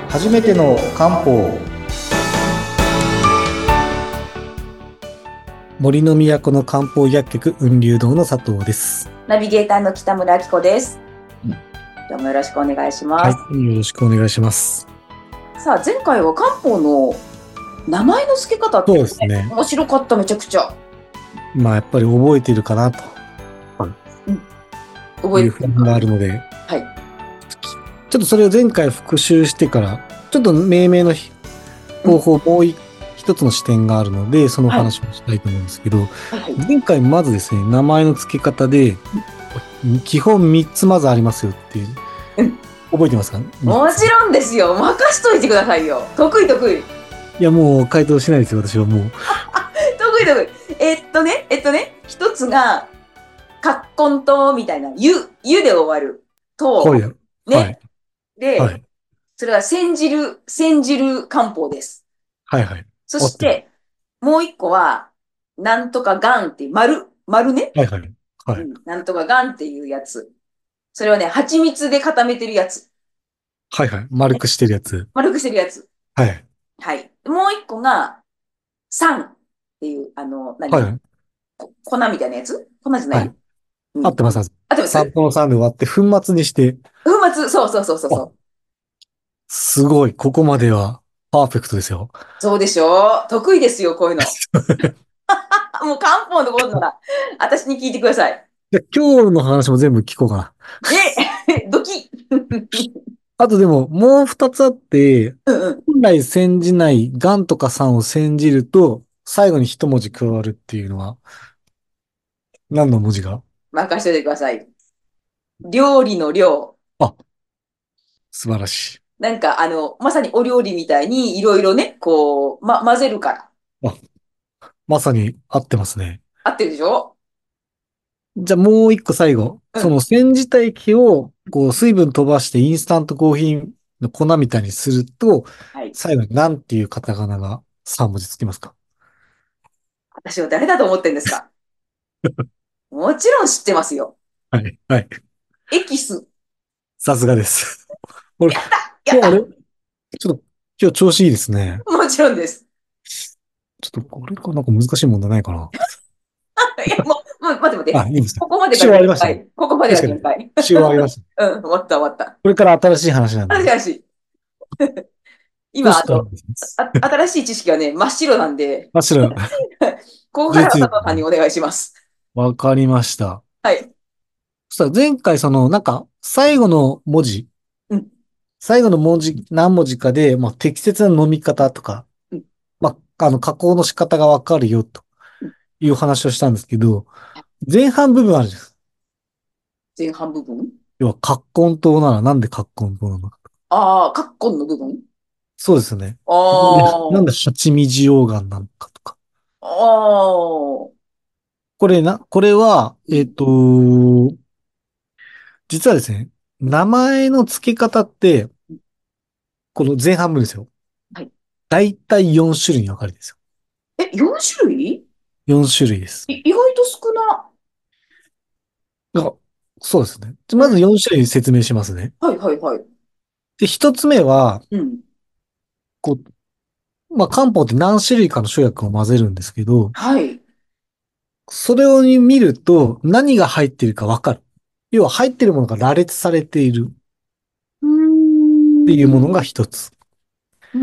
初めての漢方。森の都の漢方薬局雲流堂の佐藤です。 ナビゲーターの北村明子です。今日もよろしくお願いします。 はい、よろしくお願いします。 さあ、前回は漢方の名前の付け方って、 そうですね。 面白かった、めちゃくちゃ。 まあやっぱり覚えているかなと覚えいうふうにてるか。 があるので、 はい。 ちょっとそれを前回復習してから、ちょっと命名の方法、もう一つの視点があるので、そのはい。 話をしたいと思うんですけど、 はい。 前回まずですね、名前の付け方で、基本3つまずありますよっていう、 うん。 覚えてますか？ もちろんですよ。任しといてくださいよ。得意得意。 いや、もう回答しないですよ、私はもう。 得意得意。一つが、葛根湯みたいな、湯で終わる。 はい、 と、 はい、 ね。で、 はい、 それは煎汁漢方です。 はい、はい。 そ合ってる。 して、もう一個は、なんとかガンっていう、丸ね。 はい、はい、はい、 なんとかガンっていうやつ。それはね、蜂蜜で固めてるやつ。 はい、はい。丸ね、 くしてるやつ。 丸くしてるやつ。 はい、 はい。もう一個が、酸っていう、 はい、 粉みたいなやつ粉じゃなはい。 いうん。 合ってます。 合ってます。 散歩の3で割って粉末にして、 粉末、そうそうそうそうそあ、 う。 すごい。ここまではパーフェクトですよ。 そうでしょう。得意ですよ、こういうの。もう漢方のことなら、私に聞いてください。 で、今日の話も全部聞こうかな。 ドキあとでも、もう2つあって、 うんうん。 本来煎じない、ガンとか酸を煎じると、最後に一文字加わるっていうのは、何の文字が？ 任せてください。料理の量。 あ、素晴らしい。 なんか、まさにお料理みたいにいろいろね、こう、混ぜるから。 あ、まさに合ってますね。 合ってるでしょ？ じゃあもう一個最後。 うん。 その煎じた液を、こう、水分飛ばしてインスタントコーヒーの粉みたいにすると、 はい。 最後に何ていうカタカナが3文字つきますか？ 私を誰だと思ってんですか？もちろん知ってますよ。 はい。はい。 エキス。 さすがです。これ、 やったやっ今日あれたちょっと、今日調子いいですね。 もちろんです。 ちょっと、これかなんか難しい問題ないかな。 いや、もう、待って待って。 あ、いいですか。 ここまでが週終わりましたね。 限界。ここまでが確かに。 限界。 週終わりました。 うん、終わった終わった。 これから新しい話なんで。 新しい。今、 そしたらですね、 新しい知識はね、真っ白なんで、 あ、白、 ここからは 11 佐藤さんにですね。 お願いします。 わかりました。 はい。 そしたら前回なんか、 うん、 最後の文字、何文字かで、まあ、適切な飲み方とか、 うん、 まあ、加工の仕方がわかるよ、とうん。 いう話をしたんですけど、前半部分あるじゃないですか。 前半部分。 要は、葛根湯ならなんで葛根湯なのか。 ああ、カッコンの部分。 そうですね。 あなんであ、 蜂蜜溶岩なのかとか。 ああ、 これは、 うん。 実はですね、名前の付け方って、この前半部ですよ。 はい。 だいたい4種類に分かれるんですよ。 4種類 4種類です。 意外と少な。 あ、そうですね。 うん。 まず4種類説明しますね。 はいはいはい。 で、1つ目は、 うん。 こまあ、漢方って何種類かの生薬を混ぜるんですけど、 はい。 それを見ると何が入っているか分かる。要は入っているものが羅列されているっうーん。 ていうものが一つ。 うん。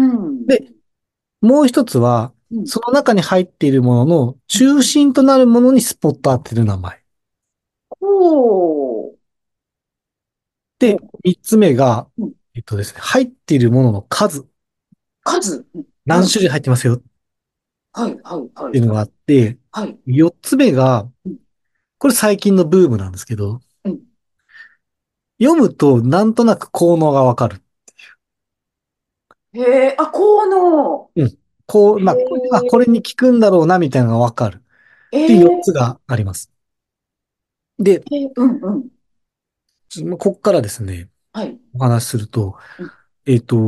で、もう一つは、 うん。 その中に入っているものの中心となるものにスポット当てる名前。 おー。お、 で、三つ目が、 うん。 ですね、入っているものの数。 数。はい。 何種類入ってますよっはいはいはいはい。 ていうのがあって、 はい。 四つ目が、 うん。 これ最近のブームなんですけど、 うん。 読むとなんとなく効能がわかる。 へえ、あ、効能。 うん。 へまあ、これに効くんだろうな、みたいなのがわかる。 え、 っていう4つがあります。で、 うんうん。 こっからですね、 はい。 お話しすると、 うん。 えっと、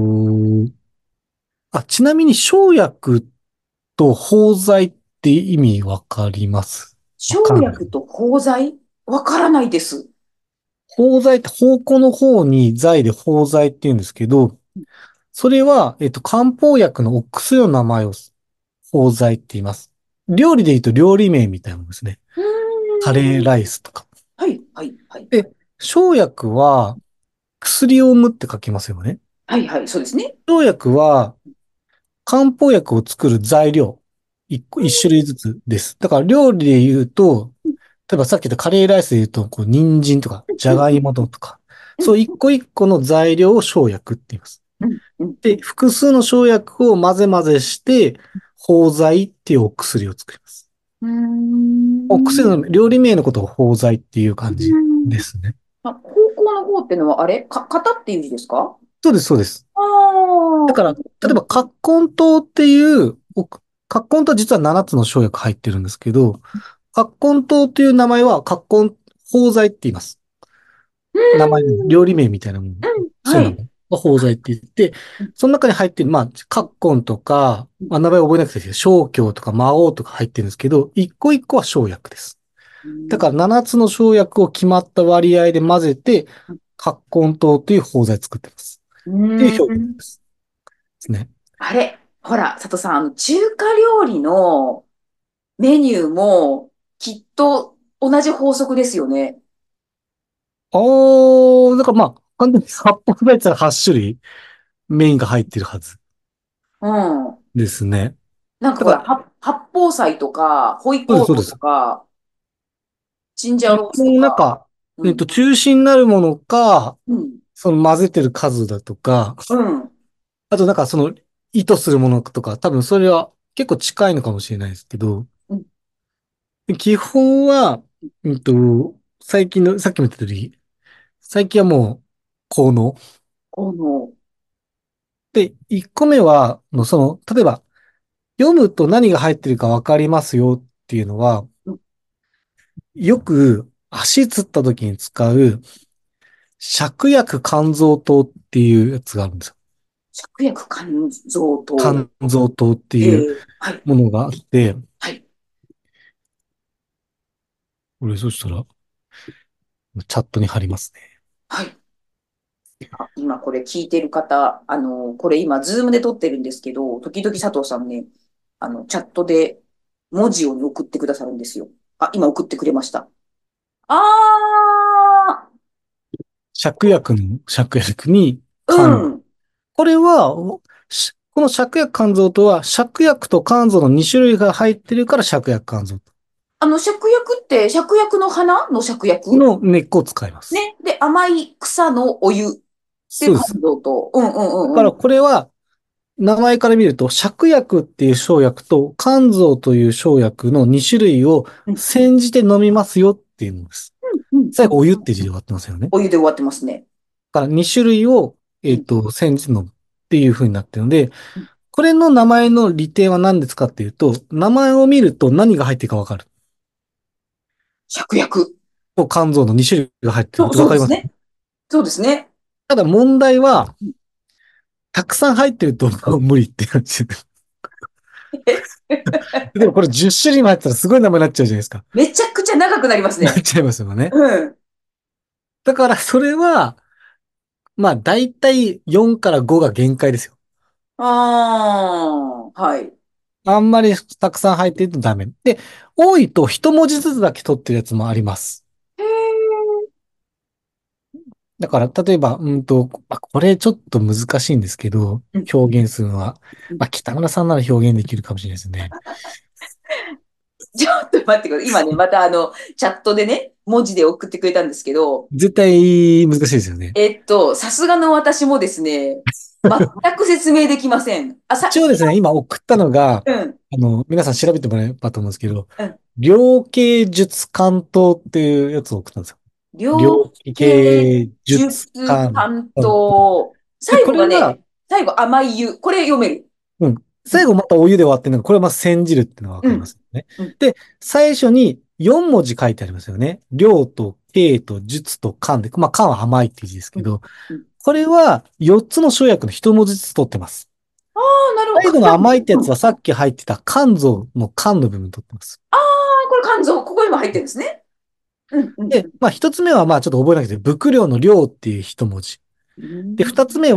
ちなみに生薬と包剤って意味わかります？わからない。 生薬と包剤わからないです。 包剤って方向の方に剤で包剤って言うんですけど、 それは、漢方薬のお薬の名前を包材って言います。料理で言うと料理名みたいなものですね。 うーカレーん。 ライスとか。 はい、はい、はい。 で、生薬は薬を生むって書きますよね。 はい、はい、そうですね。 生薬は漢方薬を作る材料。一種類ずつです。だから料理で言うと、例えばさっき言ったカレーライスで言うと、人参とか、じゃがいもとか、 うん、 そう一個一個の材料を生薬って言います。 うん、うん、 で、複数の生薬を混ぜ混ぜして、包材っていうお薬を作ります。 うーお薬ん。 の料理名のことを包材っていう感うじん。 ですね。 あ、方向の方ってのはあれ型っていう字ですか？ そうです、そうです。 ああ、 だから、 うん、 例えば、葛根湯っていう、葛根湯は実は7つの生薬入ってるんですけど、葛根湯という名前は葛根包材って言います。 う名前、 ん、 料理名みたいなもん。 うん、はい。 そういうのが包材って言って、 うん、 その中に入ってる、まあ、葛根とか、 うん、 まあ、名前覚えなくていいですけど、生姜とか魔王とか入ってるんですけど、一個一個は生薬です。 うん、 だから7つの生薬を決まった割合で混ぜて、葛根湯という包材作ってます。 うっていう表現ん。 ですね。 あれ、ほら、佐藤さん、中華料理のメニューもきっと同じ法則ですよね。 だからまあ、完全に発泡スパイスは8種類メインが入ってるはずうん。 ですね。 なんかほら、 だから、 八宝菜とか、ホイそうです、そうコーローとです。 か、チンジャオ基ロースと本、なんか。 か、 うん。 中心になるものか、 うん。 その混ぜてる数だとか、 うん。 あとなんかその意図するものとか、多分それは結構近いのかもしれないですけど、 うん。 基本は、最近の、さっきも言った通り、最近はもう、効能。 この、 で、1個目は、例えば、読むと何が入ってるかわかりますよっていうのは、 うん、 よく足つった時に使う芍薬甘草湯っていうやつがあるんですよ。 芍薬甘草糖。 甘草湯っていうはい。 ものがあって、 はい。 これそしたらチャットに貼りますね。 はい。あ、今これ聞いてる方、これ今、ズームで撮ってるんですけど、時々佐藤さんね、チャットで文字を送ってくださるんですよ。あ、今送ってくれました。あ芍薬にー、 甘。 うん。 これは、この芍薬甘草とは、芍薬と甘草の2種類が入ってるから芍薬甘草芍薬って、芍薬の花の芍薬の根っこを使います。 ね。で、甘い草のお湯で感そうです。 動と。うんうんうんうん。 だからこれは、名前から見ると、芍薬っていう生薬と甘草という生薬の2種類をうん煎じて飲みますよっていうのです。 うんうん。 最後、お湯って字で終わってますよね。 お湯で終わってますね。 だから2種類を、 うん煎じて飲むっていう風になってるので、 うん。 これの名前の利点は何ですかっていうと、名前を見ると何が入ってるかわかる。 芍薬。 と肝臓の2種類が入ってるそう、 ってわかります。 そうですね。そうですね。 ただ問題は、 うん。 たくさん入ってると無理って感じで。でもこれ10種類も入ってたらすごい名前になっちゃうじゃないですか。 めちゃくちゃ長くなりますね。 なっちゃいますよね。 うん。 だからそれは、まあ大体4から5が限界ですよ。 ああ、はい。 あんまりたくさん入ってるとダメ。で、多いと一文字ずつだけ取ってるやつもあります。 へえ。 だから、例えば、これちょっと難しいんですけど、 うん。 表現するのは。 うん。 まあ、北村さんなら表現できるかもしれないですね。 ちょっと待ってください。今ね、またチャットでね、文字で送ってくれたんですけど、 絶対難しいですよね。 さすがの私もですね、全く説明できません。あ、 一応ですね、今送ったのが、 うん、 皆さん調べてもらえばと思うんですけど、 うん。 量形術関東っていうやつを送ったんですよ。量量刑形術術関担東。 当。 で、 最後これは、 がね、最後甘い湯。これ読める。 うん。 うん、 最後またお湯で終わってるのが、これはまあ煎じるっていうのはわかりまうん、 すね。 うん、 で、最初に4文字書いてありますよね。量と形と術と漢で、まあ漢は甘いっていう字ですうん。 けど、 うん。 これは4つの生薬の1文字ずつ取ってます。 ああ、なるほど。 最後の甘いってやうん。 つはさっき入ってた肝臓の肝の部分取ってます。 ああ、これ肝臓。ここにも入ってるんですね。うん、うん、 で、まあ一つ目はまあちょっと覚えなくて、伏量の量っていう一文字。 うで、 ん。 二つ目は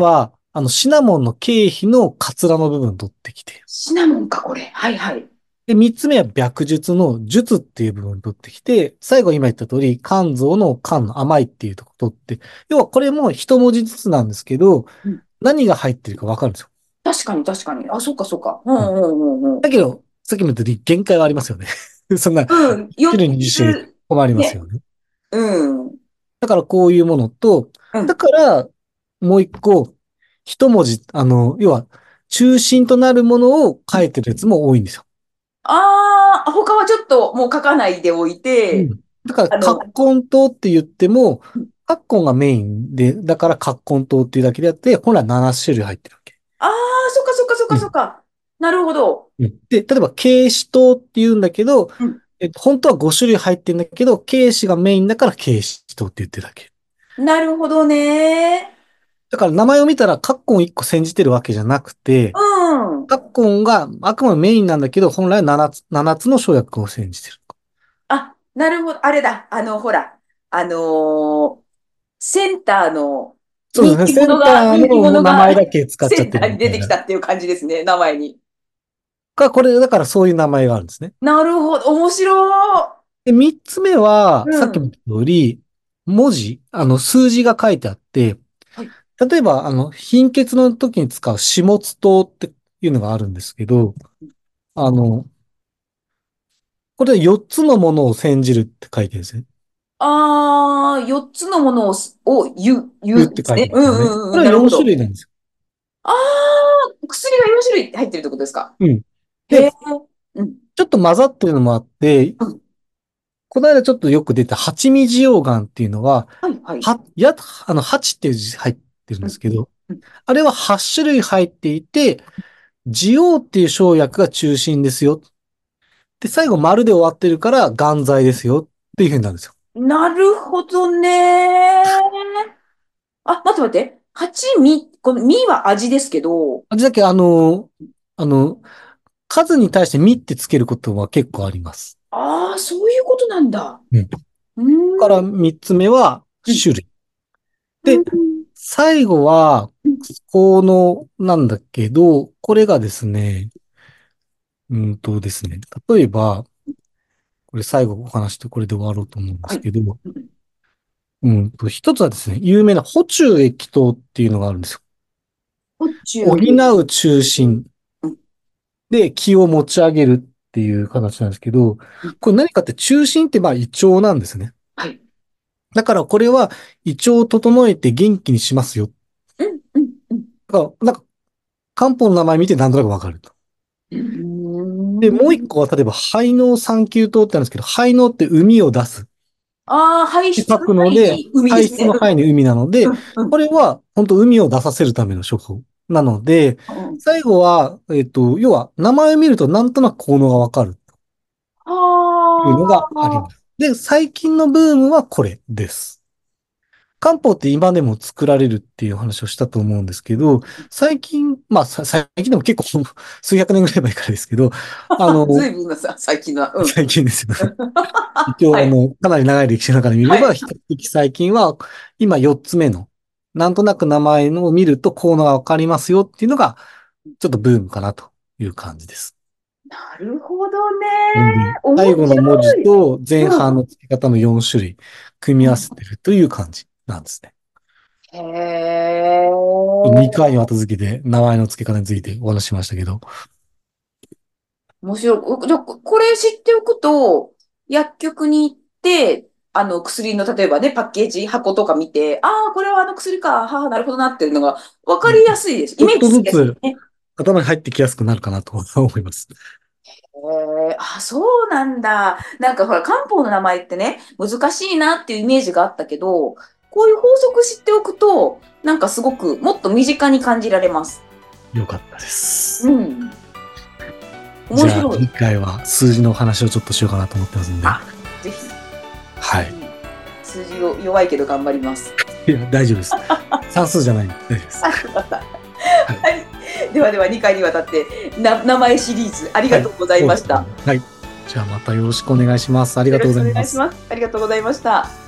シナモンの経費のカツラの部分取ってきて、 シナモンか、これ。はいはい。 で、三つ目は白術の術っていう部分を取ってきて、最後今言った通り、肝臓の肝の甘いっていうとこ取って、要はこれも一文字ずつなんですけど、 うん、 何が入ってるかわかるんですよ。 確かに確かに。あ、そっかそっか。うんうん。 うんうんうん。 だけど、さっきも言った通り限界はありますよね。そんな、 うん、4 種類20種類つ、 困りますよね。 ね。 うん。 だからこういうものと、だうん。 から、もう一個、一文字、要は、中心となるものを書いてるやつも多いんですよ。 ああ、他はちょっともう書かないでおいて、 うん。だから、 あの、 葛根湯って言っても、葛根がメインで、だから葛根湯っていうだけであって、本来7種類入ってるわけ。 ああ、そっかそっかそっうん。 かそっか。なるほど。 うん。で、例えば、慶子湯って言うんだけど、 うん。 本当は5種類入ってるんだけど、慶子がメインだから慶子湯って言ってるだけ。 なるほどね。 だから名前を見たら、葛根1個煎じてるわけじゃなくて、 うん。 葛根があくまでメインなんだけど、本来は7つの生薬を煎じてる。 あ、なるほど。あれだ。ほら。あのーセンターの人そうですね。センター人気の者が名前だけ使っちゃってセンターに出るみたいな。 てきたっていう感じですね。名前に。 これ、だからそういう名前があるんですね。 なるほど。面白で、三つ目は、 い。うん。 さっきも言った通り、文字、数字が書いてあって、 はい。 例えば、貧血の時に使う始末刀っていうのがあるんですけど、あの、これで4つのものを煎じるって書いてるんですね。 ああ、4つのものを言言って書いてうですね。うんますよね。 うんうん。 これは4種なるほど。 類なんですああ、薬が4種類入ってるってことですか？ よ。うん。で、 へえ。うん。 ちょっと混ざってるのもあって、 うん。 この間ちょっとよく出た八味塩丸っていうのは、 はいはい。 は、八っていう字入ってるんうん。 ですけど、 うん。 あれは8種類入っていて、ジオウっていう生薬が中心ですよ。で、最後丸で終わってるから元剤ですよっていう風になるんですよ。 なるほどね。あ、待って待って。この味は味ですけど、 味だけあの、数に対してミってつけることは結構あります。 ああ、そういうことなんだ。 うん。だうーん。 から3つ目はうん。 種類。で、 うん。 最後は、 うん。 効能なんだけど、これがですね、ですね、例えば、これ最後お話してこれで終わろうと思うんではい。 すけど、 うん。 一つはですね、有名な補中益糖っていうのがあるんですよ。 宇補宙。 う中心うん。 で気を持ち上げるっていう形なんですけど、 うん。 これ何かって中心ってまあ胃腸なんですね。 はい。 だからこれは胃腸を整えて元気にしますよ。 うん。うん。うん。 だから、なんか漢方の名前見て何となくわかると。 うーで、もう一ん。 個は例えば肺の三級糖ってあるんですけど、肺のって海を出す。 ああ、排出の書くので、 肺に海ですね。 排出の肺に海なので、 うん。うん。 これは本当海を出させるための処方なので、 うん。うん。 最後は、要は名前を見るとなんとなく効能がわかるというのがありまあす。で、最近のブームはこれです。漢方って今でも作られるっていう話をしたと思うんですけど、最近、まあ最近でも結構数百年ぐらい前からですけど、ああ、ずの、 いぶんなさ、最近のは。うん。 最近ですよ。一応、 はい。 かなり長い歴史の中で見れば、 はい。 比較的最近は、今4つ目の、なんとなく名前のを見ると、こうのがわかりますよっていうのが、ちょっとブームかなという感じです。 なるほどね。 なんで、 面最後の文字白い。 と前半うん。 の付け方の4種類、組み合わせうん。 てるという感じなんですね。 へえ。 2回にわた続きで名前の付け方についてお話ししましたけど、 面白い。じゃあこれ知っておくと、薬局に行って、薬の、例えばね、パッケージ、箱とか見て、ああ、これはあの薬か、はあ、なるほどなっていうのが分かりやすいです。イちょっとメージつきやすいずつね。 頭に入ってきやすくなるかなと思います。 あ、そうなんだ。なんかほら、漢方の名前ってね、難しいなっていうイメージがあったけど、こういう法則知っておくと、なんかすごくもっと身近に感じられます。 よかったです。 うん。 じゃあ、 面白い。 次回は数字のお話をちょっとしようかなと思ってますんで。 あ、ぜひ。 はい。 うん。数字を弱いけど頑張ります。 いや、大丈夫です。算数じゃないんで大丈夫です。 あ、よかった。ははい。 い。ではでは2回にわたって名前シリーズありはい。 がとうございそうですね。 ました。 はい。じゃあまたよろしくお願いします。ありがとうごよろしくおざいます。 願いします。ありがとうございました。